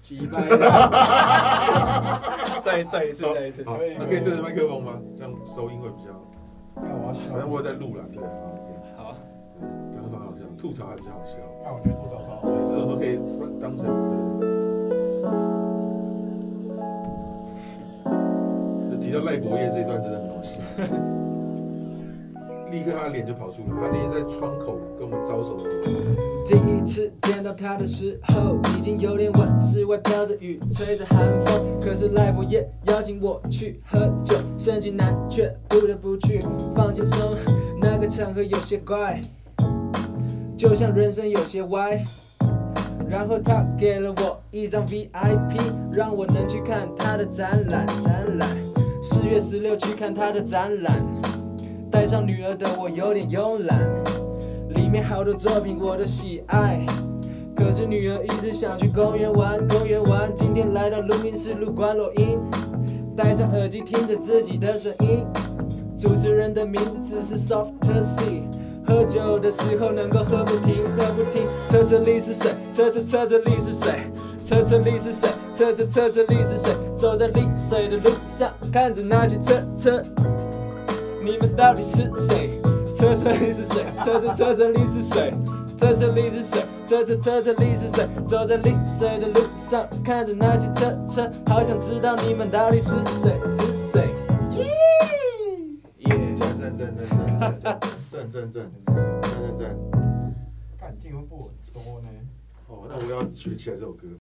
击败。再一次。 好，可以对着麦克风吗？这样收音会比较。 那我要笑。 反正我有在录啦，对。 好。 刚刚很好笑，吐槽还比较好笑。 那我觉得吐槽超好。 对，这种都可以当成。就提到赖博业这一段真的很好笑。立刻他的脸就跑出来，他那天在窗口跟我们招手。 第一次见到他的时候，已经有点晚，室外飘着雨，吹着寒风。可是赖博业邀请我去喝酒，盛情难却，不得不去放轻松。那个场合有些怪，就像人生有些歪。然后他给了我一张 VIP， 让我能去看他的展览。4月16去看他的展览。带上女儿的我有点慵懒，里面好多作品我都喜爱，可是女儿一直想去公园玩。今天来到录音室录关录音，戴上耳机听着自己的声音。主持人的名字是 Soft C， 喝酒的时候能够喝不停。车里是谁？车里是谁？车里是谁？车里是谁？走在丽水的路上，看着那些车。你们到底是谁？车里是谁？车里是谁？车里是谁？车里是谁？走在丽水的路上，看着那些车，好想知道你们到底是谁？ 干进步很多呢。 哦，那我要学起来这首歌。